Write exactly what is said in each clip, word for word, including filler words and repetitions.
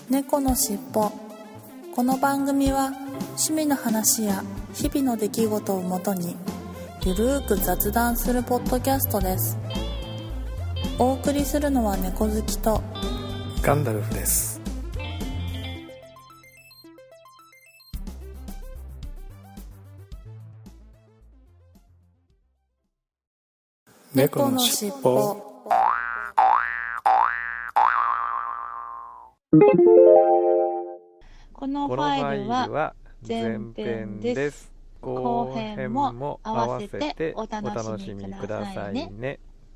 猫のしっぽ。この番組は趣味の話や日々の出来事をもとにゆるーく雑談するポッドキャストです。お送りするのは猫好きとガンダルフです。 猫のしっぽ。このファイルは前編です。後編も合わせてお楽しみくださいね。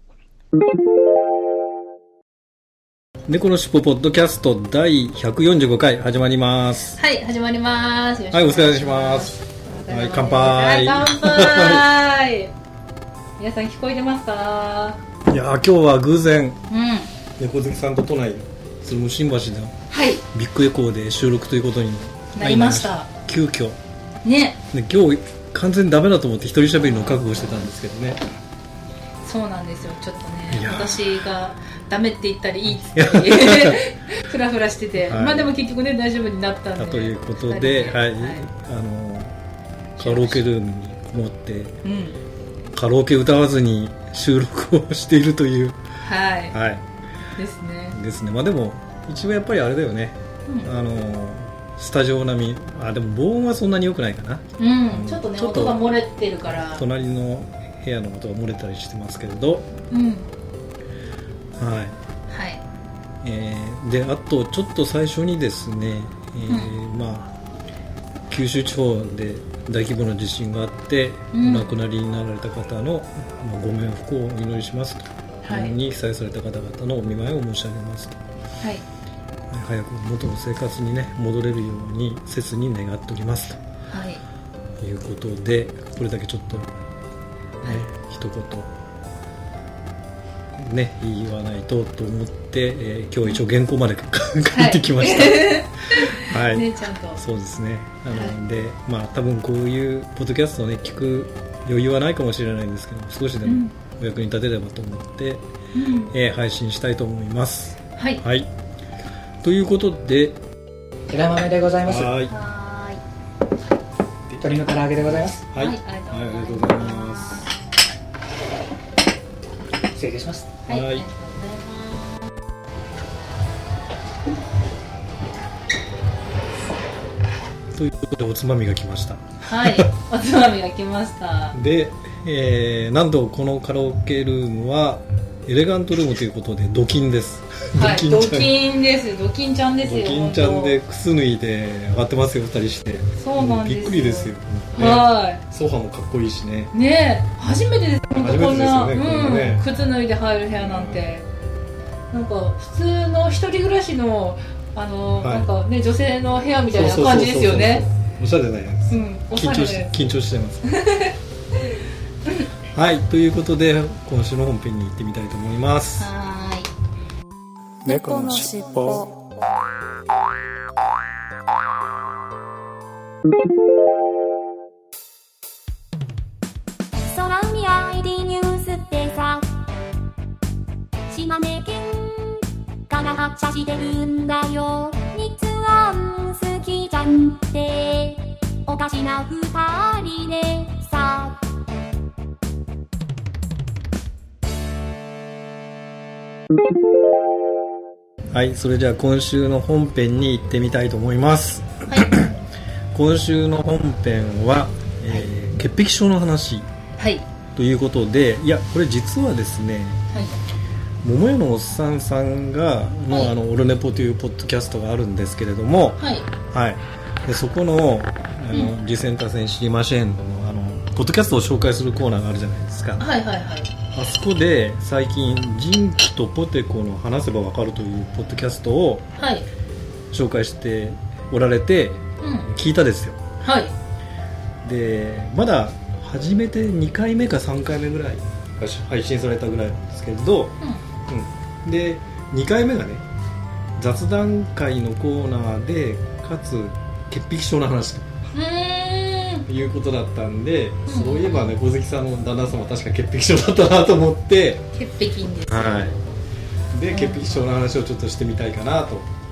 猫のしっぽポッドキャスト第ひゃくよんじゅうごかい始まります。 はい、始まります。 はい、お疲れします。はい、乾杯。 はい、乾杯。皆さん聞こえてますか？ いやー、今日は偶然、 うん、 猫好きさんと都内鶴見新橋ではいビッグエコーで収録ということになりました。 急遽ね。 で今日完全にダメだと思って一人喋りの覚悟してたんですけどね。 そうなんですよ。ちょっとね、私がダメって言ったりいいって言ったりフラフラしてて、はい、まあでも結局ね大丈夫になったんで。 ということで、はい、はい、あのカラオケルームにこもって、うん、カラオケ歌わずに収録をしているという。 はい。 はい。 ですね。 ですね。まあでも一応やっぱりあれだよね。うん、あのスタジオ並み。あでも防音はそんなに良くないかな。 うん。ちょっとね音が漏れてるから。隣の部屋の音が漏れたりしてますけれど。 うん。 はい。 はい。 えー、であとちょっと最初にですね、えーうん、まあ九州地方で大規模な地震があって、うん、お亡くなりになられた方の、まあ、ご冥福をお祈りしますと、はい、に被災された方々のお見舞いを申し上げますと、はい、早く元の生活に、ね、戻れるように切に願っておりますと、はい、いうことでこれだけちょっと、ねはい、一言ね、言わないとと思って、えー、今日一応原稿まで書いてきました、はいはいね、ちゃんとそうですねなので、はいまあ、多分こういうポッドキャストを、ね、聞く余裕はないかもしれないんですけど少しでもお役に立てればと思って、うんえー、配信したいと思います、 はいはい、ということで枝豆でございます。 はい鶏の唐揚げでございます。 はい、はい、ありがとうございます。 失礼いたします。 はい、はい、ありがとうございます。ということでおつまみが来ました。 はい、おつまみが来ました。 で、えー、なんとこのカラオケルームはエレガントルームということでドキンです。 はい、ドキンです。ドキンちゃんですよ。 ドキンちゃんで靴脱いで上がってますよ、ふたりして。 そうなんですよ。 びっくりですよ。 ね、はい。 ソファもかっこいいしね。 ねえ、初めてです。本当こんな、 ねうん、 ね、 靴脱いで入る部屋なんて、なんか普通の一人暮らしのあの、はい、なんかね女性の部屋みたいな感じですよね。 おしゃれなやつ。うん、おしゃれなやつ。緊張してます。はい、ということで今週の本編に行ってみたいと思います。 はーい。 猫のしっぽ。 空海 アイディー ニュースってさ、島根県から発車してるんだよ。日安好きじゃんっておかしな二人でさ。 はい、それじゃあ今週の本編に行ってみたいと思います、はい、今週の本編は、えー、潔癖症の話、 はい、 ということで、いやこれ実はですね、はい、桃屋のおっさんさんがの、はい、あのオルネポというポッドキャストがあるんですけれども、 はいはい、でそこのあの、うん、ジセンタセンシリマシェーンのあのポッドキャストを紹介するコーナーがあるじゃないですか。 はいはいはい。 あそこで最近ジンキとポテコの話せばわかるというポッドキャストを紹介しておられて聞いたですよ、 うん、はい。 でまだ初めてにかいめかさんかいめぐらいが配信されたぐらいなんですけれど、うんうん、でにかいめがね雑談会のコーナーでかつ潔癖症の話ということだったんで、うん、そういえばね小関さんの旦那様確か潔癖症だったなと思って潔癖です、 はい、で潔癖症の話をちょっとしてみたいかなと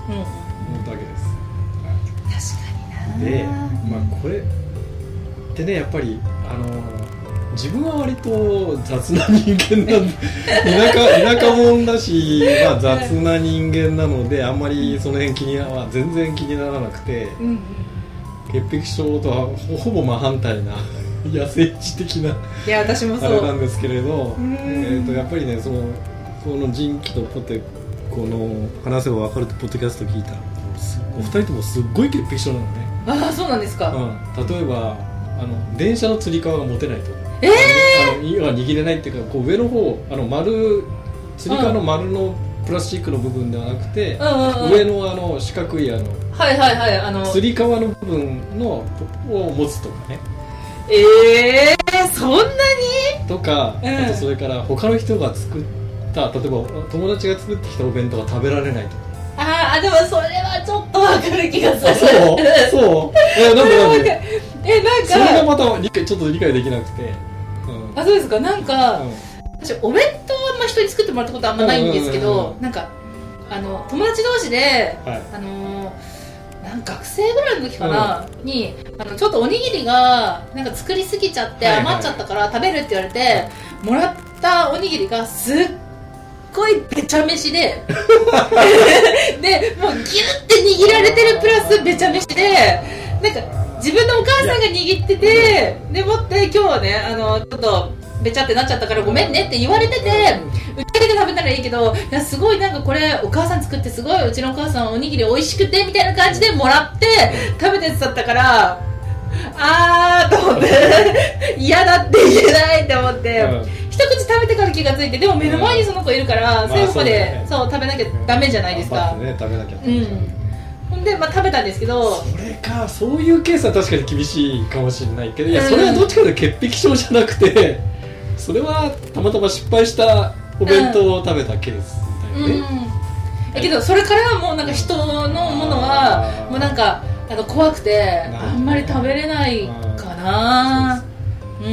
うん、 思ったわけです。 確かにな。 で、まあ、これってねやっぱりあの自分は割と雑な人間なんで田舎田舎者だし、まあ、雑な人間なのであんまりその辺気になら全然気にならなくて、 うんうん、 潔癖症とはほ, ほぼ真反対な野生児的な、 いや私もそうあれなんですけれど、 うん、 えー、とやっぱりねそのこのジンキとポテコの話せば分かるってポッドキャスト聞いたらお二人ともすっごい潔癖症なのね。 ああそうなんですか、 うん、例えばあの電車のつり革が持てないと、 えー、 あの要は握れないっていうかこう上の方あの丸つり革の丸のプラスチックの部分ではなくて、うんうんうん、上のあの四角いあの、 はいはいはい、あのつり革の部分のを持つとかね。 えー、そんなにとか、 うん、 あとそれから他の人が作った例えば友達が作ってきたお弁当が食べられないとか。 ああでもそれはちょっと分かる気がする。 そうそうえなんでなんでえなんかそれがまた理解ちょっと理解できなくて、 うん、あそうですか。なんか、うん、私お弁当はあんま人に作ってもらったことあんまないんですけど、うんうんうんうん、なんかあの友達同士で、はい、あのなんか学生ぐらいの時かな、うん、にあのちょっとおにぎりがなんか作りすぎちゃって余っちゃったから食べるって言われて、はいはい、もらったおにぎりがすっすごいべちゃ飯ででもうギュッて握られてるプラスべちゃ飯でなんか自分のお母さんが握っててでもって今日はねあのちょっとべちゃってなっちゃったからごめんねって言われててうちだけで食べたらいいけどいやすごいなんかこれお母さん作ってすごいうちのお母さんおにぎり美味しくてみたいな感じでもらって食べたやつだったからあーと思って嫌だって言えないって思って、うん、一口食べてから気がついてでも目の前にその子いるから、うん、最後まで、まあ そうね、そう食べなきゃダメじゃないですか、 うんね、食べなきゃうん、ほんで、まあ、食べたんですけどそれかそういうケースは確かに厳しいかもしれないけどいやそれはどっちかというと潔癖症じゃなくてそれはたまたま失敗したお弁当を食べたケースみたいなね、 うん、けどそれからもうなんか人のものはもうなんかあの怖くてあんまり食べれないかな。うん。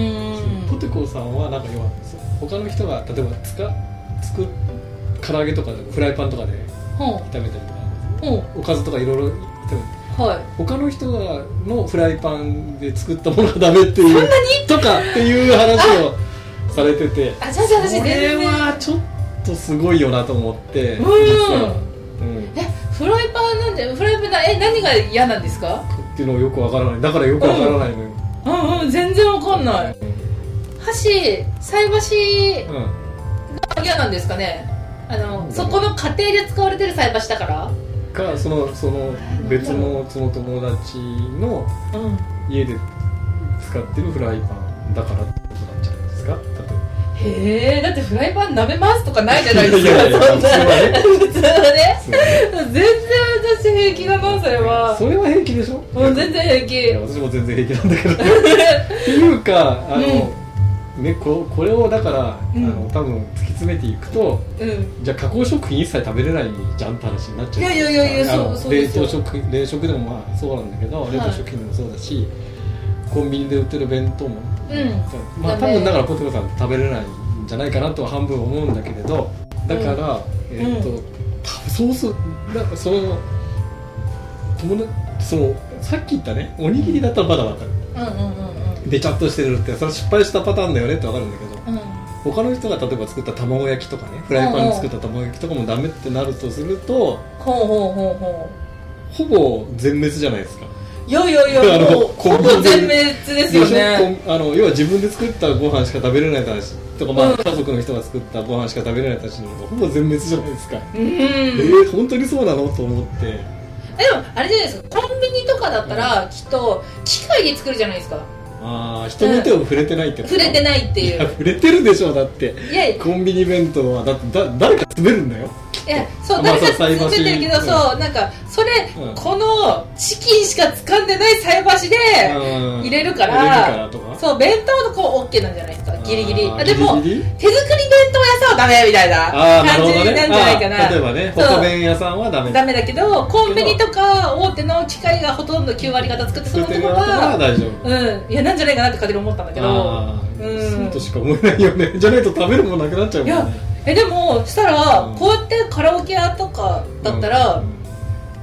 ポテコさんはなんか要は他の人が例えばつか作る唐揚げとかでフライパンとかで炒めたりとか、おかずとかいろいろ炒めて、はい、他の人がのフライパンで作ったものがダメっていうそんなにとかっていう話をされてて、 あじゃあじゃあ私全然これはちょっとすごいよなと思って、 うん、実は、うん、えフライパンなんでフライパンえ何が嫌なんですかっていうのをよくわからないだからよくわからないのよ、 うん、うんうん全然わかんない、うん、箸菜箸が嫌なんですかねあの、うん、そこの家庭で使われてる菜箸だからかそのその別のその友達の家で使ってるフライパンだからってことなんじゃないですか。 へえだってフライパン舐めますとかないじゃないですか。いやいやいやそんな普通はね全然私平気だなそれは。 それは平気でしょ。 うん全然平気。いや私も全然平気なんだけどっていうかあの、うんね、こ, これをだから、うん、あの多分突き詰めていくと、うん、じゃあ加工食品一切食べれないじゃんって話になっちゃう。 いやいやいやいやそうそうですよ。 冷凍食品冷食でもまあそうなんだけど、はい、冷凍食品でもそうだしコンビニで売ってる弁当も、うん、まあ多分だからポテトさん食べれないんじゃないかなとは半分思うんだけれどだから、うん、えー、っと、うん、そうするだからその友達そのさっき言ったねおにぎりだったらまだわかる、うんうんうんうん、でちゃんとしてるってそれ失敗したパターンだよねってわかるんだけど、うん、他の人が例えば作った卵焼きとかねフライパンで作った卵焼きとかもダメってなるとすると、 ほうほうほうほうほぼ全滅じゃないですか。 いやいやいやもうほぼ全滅ですよね。 あの要は自分で作ったご飯しか食べれない話とか、まあ、家族の人が作ったご飯しか食べれない話のほぼ全滅じゃないですか。うん、えー、本当にそうなのと思って。 えでもあれじゃないですかコンビニとかだったら、うん、きっと機械で作るじゃないですか。 ああ人の手を触れてないってこと、 うん、触れてないっていう。いや触れてるでしょだっていやいやコンビニ弁当はだってだ誰か詰めるんだよ。 いやそう誰か詰めてるけど、うん、そうなんかそれ、うん、このチキンしか掴んでない菜箸で入れるから、 入れるからとかそう弁当とこう OK なんじゃないですかギリギリ。あでもギリギリ手作り弁当屋さんはダメみたいな感じなんじゃないかな。 例えばねホカ弁屋さんはダメダメだけどコンビニとか大手の機械がほとんどきゅう割方作ってそのところは大丈夫。 うんいやなんじゃないかなって勝手に思ったんだけど、 うん、そうとしか思えないよね。じゃないと食べるものなくなっちゃうもんね。 いやえでもしたら、うん、こうやってカラオケ屋とかだったら、うん、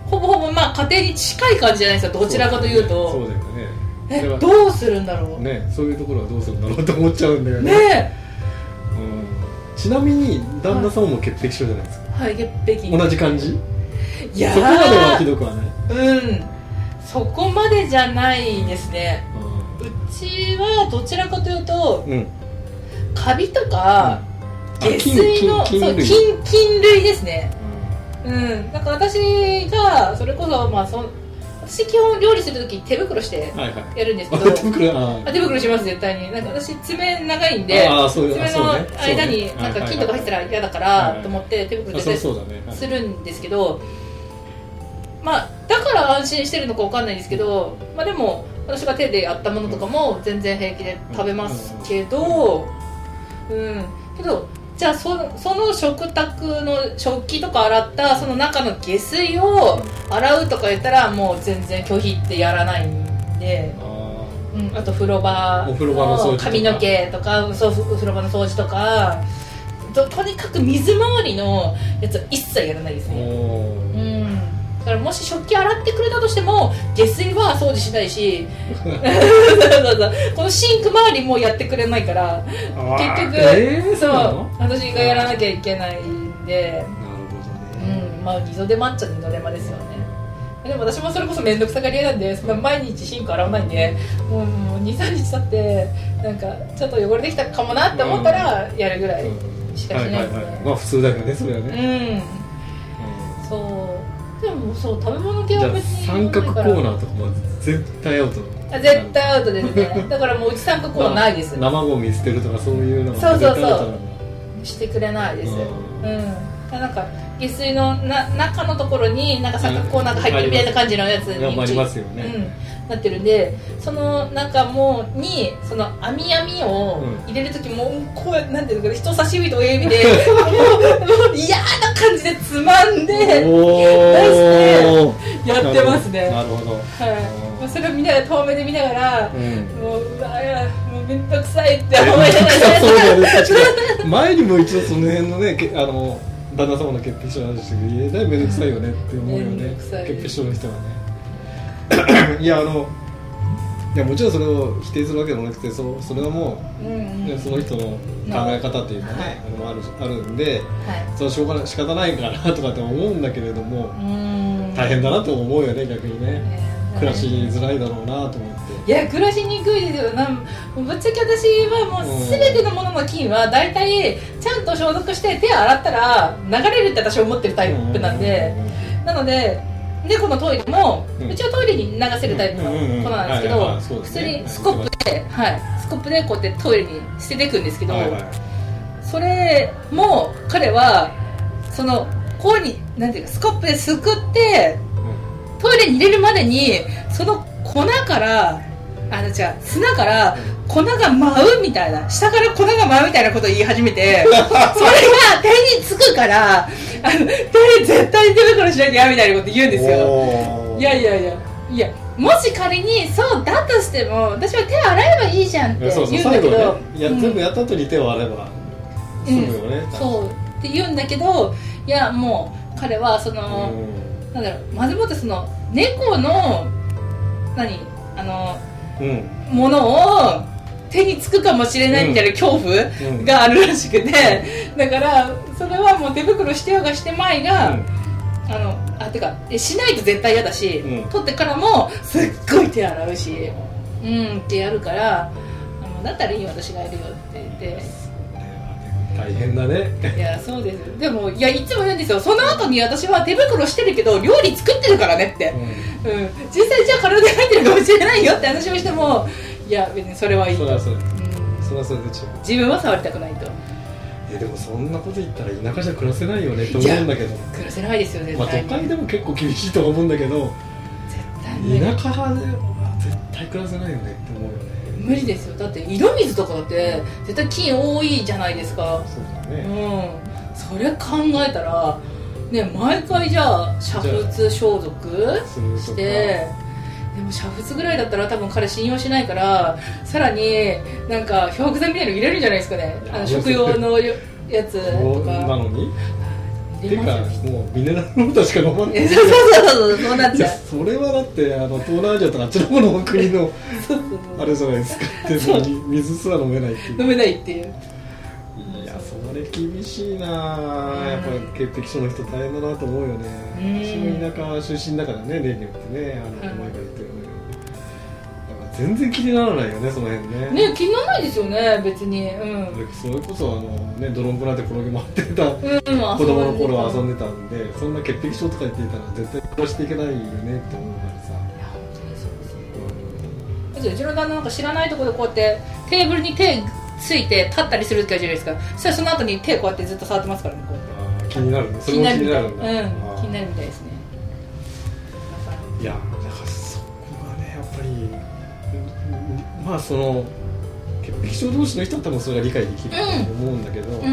ほぼほぼまあ家庭に近い感じじゃないですか、どちらかというと。 そうだよね。 えどうするんだろうね、そういうところはどうするんだろうと思っちゃうんだよね。 ねうん、ちなみに旦那さんも潔癖症じゃないですか。 はい、潔癖。 同じ感じ？ いやそこまではひどくはない。 うん、そこまでじゃないですね。うちはどちらかというと、うん、カビとか、うん、下水の菌類ですね。うん、だから私がそれこそまあそ私基本料理するとき手袋してやるんですけど、はいはい、手袋あ手袋します絶対に。なんか私爪長いんで、爪の間になんか菌とか入ったら嫌だからと思って手袋絶対するんですけど、まあだから安心してるのかわかんないんですけど、まあでも私が手でやったものとかも全然平気で食べますけど、うんけど。じゃあ そ, その食卓の食器とか洗ったその中の下水を洗うとか言ったらもう全然拒否ってやらないんで、 あ,、うん、あと風呂場の髪の毛とかそう風呂場の掃除とか と, とにかく水回りのやつは一切やらないですね。うん、だからもし食器洗ってくれたとしても下水は掃除しないしそうそうそうこのシンク周りもやってくれないから結局、えー、そう私がやらなきゃいけないんで、なるほどね、うん、まあ二度手間っちゃ二度手間ですよね。でも私もそれこそ面倒くさがり屋なんでそんな毎日シンク洗わないんでもう、もう にさんにち経ってなんかちょっと汚れてきたかもなって思ったらやるぐらいしかしないですね、うんはいはいはい、まあ普通だよねそれはね、 うん、そうでもそう食べ物系は別に三角コーナーとかも絶対アウト。 あ絶対アウトですね。だからもううち三角コーナーないです。 生ゴミ捨てるとかそういうのは絶対アウトなんだ。そうそうそうしてくれないです。うん。なんか下水のな中のところになんか三角コーナーが入ってるみたいな感じのやつにありますよね。 うんなってるんで、その中もにその網網を入れるときもこうなんていうのか人差し指と親指でもう嫌な感じでつまんで出してやってますね。 なるほど。 はい。それを見ながら遠目で見ながら、うん、もううわやもうめんどくさいって思いながら。そうだね。確かに前にも一度その辺のねあの旦那様の潔癖症なんですけど、家でめんどくさいよねって思うよね。潔癖症の人はね。いやあのいやもちろんそれを否定するわけでもなくて そ, それはもう、うんうん、その人の考え方っていうかね、はい、あのあるあるんで、はい、そのしょうがない仕方ないかなとかって思うんだけれども大変だなと思うよね逆にね、えー、暮らしづらいだろうなと思って。 いや暮らしにくいですよ。なんぶっちゃけ私はもう全てのものの菌はだいたいちゃんと消毒して手洗ったら流れるって私は思ってるタイプなんで、なのででこのトイレも、うん、うちはトイレに流せるタイプの子なんですけど、普通にスコップで、はい、スコップでこうやってトイレに捨てていくんですけど、はいはい、それも彼はそのこうになんていうかスコップですくってトイレに入れるまでにその粉からあのじゃ砂から粉が舞うみたいな下から粉が舞うみたいなことを言い始めてそれが手につくからあの手絶対に手袋しなきゃ嫌みたいなこと言うんですよ。いやいやいやいやもし仮にそうだとしても私は手洗えばいいじゃんって言うんだけど、ねやうん、全部やった後に手を洗えば済むよね、 うん、そうって言うんだけどいやもう彼はそのなんだろうまずもってその猫の何あのうん、ものを手につくかもしれないみたいな恐怖があるらしくて、うん、だからそれはもう手袋してようがしてまいが、うん、あのあてかしないと絶対嫌だし、うん、取ってからもすっごい手洗うし、うん、ってやるからあのだったらいいよ私がやるよって言って大変だね。 いやそうです。でもいやいつも言うんですよ。その後に私は手袋してるけど料理作ってるからねって、うんうん、実際じゃあ体に入ってるかもしれないよって話をしてもいや別にそれはいいと。 それはそれ、うん、それはそれで違う。 自分は触りたくないと。 えでもそんなこと言ったら田舎じゃ暮らせないよねと思うんだけど。 暮らせないですよね。 まあ、都会でも結構厳しいと思うんだけど絶対田舎では絶対暮らせないよねって思うよね。 無理ですよ。だって井戸水とかだって絶対菌多いじゃないですか。 そうだね、 うん、それ考えたら、ね、毎回じゃあ煮沸消毒してでも煮沸ぐらいだったら多分彼信用しないからさらになんか漂白剤みたいなの入れるんじゃないですかね。あの食用のやつとかなのに入ていうかもうミネラルウォーターしか飲まない。 そうそうそうそうそうなっちゃう。 それはだってあの東南アジアとかあっちの方の国のあれじゃないですかって水すら飲めないっていう。 飲めないっていう。 いやそれ厳しいな、やっぱり潔癖症の人大変だなと思うよね。私も田舎出身だからね、例によってね、あの前から言ってるよね。全然気にならないよね、その辺ね。 ね、気にならないですよね、別に。うん。 それこそあのね、ドロンプなんて転げ回ってた、うん、子供の頃は遊んでたんで、そんな潔癖症とか言っていたら絶対殺していけないよねって思うからさ。いや本当にそうですよ。うん、うちの旦那なんか知らないところでこうやってテーブルに手ついて立ったりする時あるじゃないですか。そしたらその後に手こうやってずっと触ってますからね。こうやって。 気になるね。それも気になるんだ。 うん、気になるみたいですね。 いやだからそこがねやっぱり。まあその潔癖症同士の人は多分それが理解できると思うんだけど、うんうんうん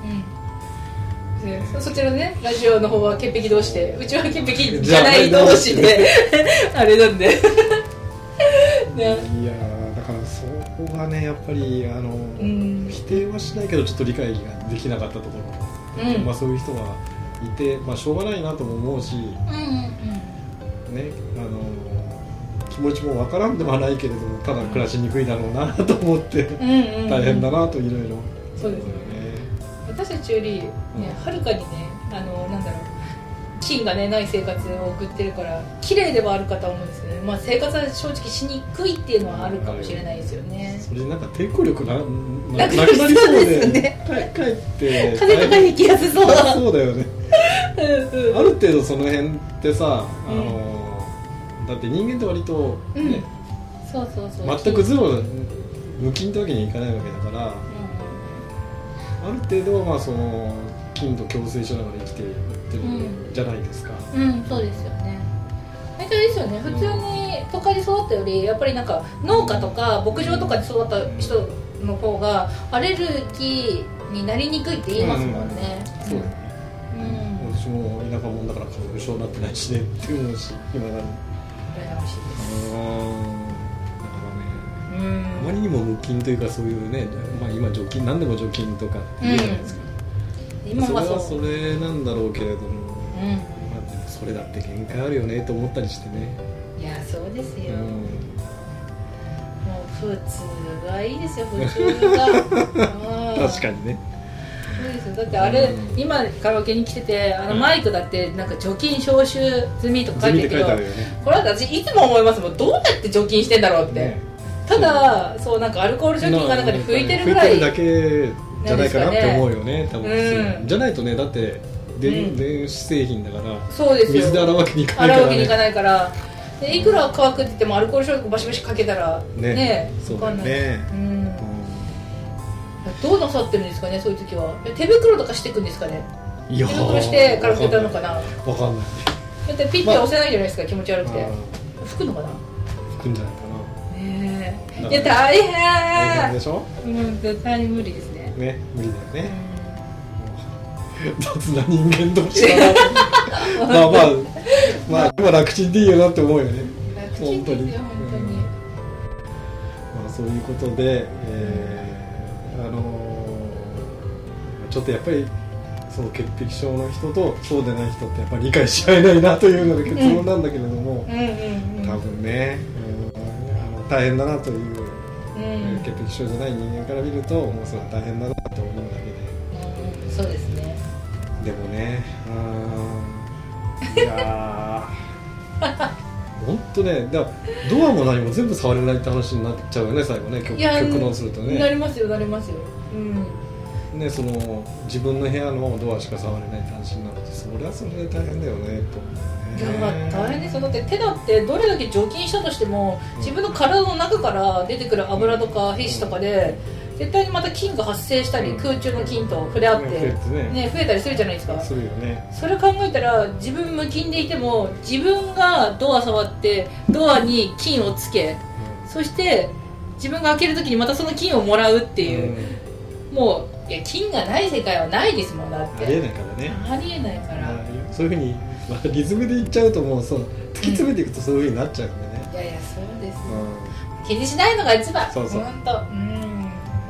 うん、そちらのねラジオの方は潔癖同士で、うちは潔癖じゃない同士であれなんでね、 いやだからそこがねやっぱりあの、うん、否定はしないけどちょっと理解ができなかったところ、うんまあ、そういう人がいて、まあ、しょうがないなとも思うし、うんうんうん、ねあの気持ちもわからんではないけれども、ただ暮らしにくいだろうなと思って大変だなといろいろ。 そうですよね。私たちよりね、はるかにね、あのなんだろう、菌がねない生活を送ってるから綺麗ではあるかと思うんですけど、ね、まあ生活は正直しにくいっていうのはあるかもしれないですよね。 それでなんか抵抗力な な, なくなりそうで、ね、帰って風とかにきやすそうだ。 そうだよね。うんうん、ある程度その辺ってさ、あの。うんだって人間って割とね、うん、そうそうそう全くゼロ無菌ってわけにはいかないわけだから、うん、ある程度はまあその菌と共生しながら生きていってるじゃないですか。 うん、うん、そうですよね。大体ですよね。普通に都会で育ったよりやっぱりなんか農家とか牧場とかで育った人の方がアレルギーになりにくいって言いますもんね。 うん、そうだね。うん、私も田舎者だから花粉症になってないしねって思うし、今だに。 羨ましいです。 あだからね、うん、あまりにも無菌というかそういうね、まあ、今除菌何でも除菌とかって言うじゃないですか、うん、今はそれはそれなんだろうけれども、うんまあ、それだって限界あるよねと思ったりしてね。 いやそうですよ、うん、もう普通がいいですよ、普通が確かにね。 そうですよ。だってあれ、うん、今カラオケに来ててあのマイクだってなんか除菌消臭済みとか書いてるけど、ね、これは私いつも思いますもん、どうやって除菌してんだろうって、ね、ただそうなんかアルコール除菌が中で拭いてるぐらい拭いてるだけじゃないかなって思うよね、多分、うん、じゃないとね、だって電、うん、電子製品だからそうですよ、 水で洗うわけにいかないから、ね、 洗うわけにいかないからでいくら乾くって言ってもアルコール消毒バシバシかけたらね、ねそうだよね、うん、 どうなさってるんですかね、そういう時は。手袋とかしていくんですかね。いや手袋してカラオケ歌うのかな。 わかんない。 だってピッて押せないじゃないですか、まあ、気持ち悪くて。吹くのかな。 吹くんじゃないかな。 ねえ。いや大変。 大変でしょ。 うん、絶対に無理ですね。 ね、無理だよね。雑な人間同士だな。まあまあまあ今楽ちんでいいよなって思うよね。 楽ちんでいいよ本当に。うん、まあそういうことで。えーあのー、ちょっとやっぱりその潔癖症の人とそうでない人ってやっぱり理解し合えないなというのが結論なんだけれども、うんうんうんうん、多分ね、うん、あの大変だなという、うん、潔癖症じゃない人間から見るともうそれは大変だなと思うだけで、うん、そうですね。 でもね、あいや本当ね、だドアも何も全部触れないって話になっちゃうよね、最後ね、極論するとね。 なりますよ、なりますよ。うん、 ね、その自分の部屋のドアしか触れないって話になると、それはそれで大変だよねと、ね。 いや大変ですよ。だって手だってどれだけ除菌したとしても、自分の体の中から出てくる油とか皮脂とかで、うん、絶対にまた菌が発生したり、うん、空中の菌と触れ合って、ねね、増えたりするじゃないですか。 するよね。 それ考えたら自分無菌でいても自分がドア触ってドアに菌をつけ、うん、そして自分が開けるときにまたその菌をもらうっていう、うん、もういや菌がない世界はないですもん。だってありえないからね。 ありえないから、 そういうふうに、まあ、リズムで言っちゃうともうそう突き詰めていくとそういうふうになっちゃうんでね、 うん、いやいやそうです、うん、気にしないのが一番。 そうそう、 本当、うん、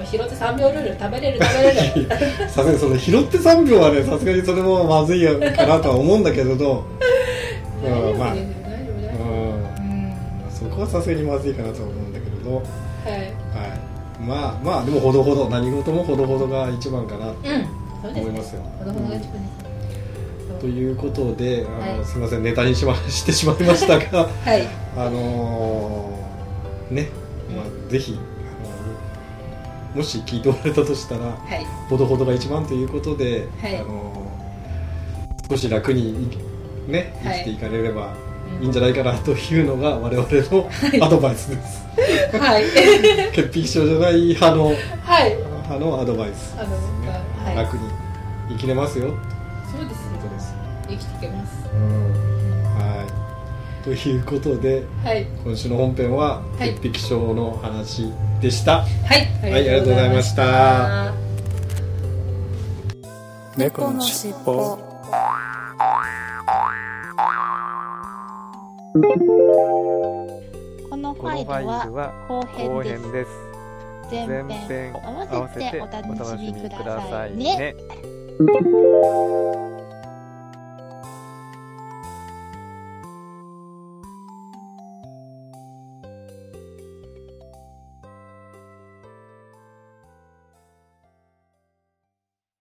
拾ってさんびょうルール食べれる食べれるさすがにその拾ってさんびょうはねさすがにそれもまずいかなとは思うんだけれど大丈夫まあですよ大丈夫大丈夫、 うんうんそこはさすがにまずいかなとは思うんだけれど、 はいはい、まあまあでもほどほど何事もほどほどが一番かなとうんそうです思いますよ。 子供が一番です、 ということであの、 はい、 すみませんネタにしましてしまいましたが、 はいあのー、ね、まあ、ぜひあのもし聞いておられたとしたら、 はい、 ほどほどが一番ということで、 はい、 あのー、少し楽に、ね、生きていかれれば、はい、いいんじゃないかなというのが我々のアドバイスです。 はい、 潔癖症じゃない派の、 はい、 派のアドバイス、 あの、 ね、 はい、 楽に生きれますよ。 そうです。 ことです。 生きていけます。 はい。ということで、はい、今週の本編は潔癖症の話でした。はい、はい、ありがとうございました。 猫のしっぽ。 このファイルは後編です。前編合わせてお楽しみくださいね。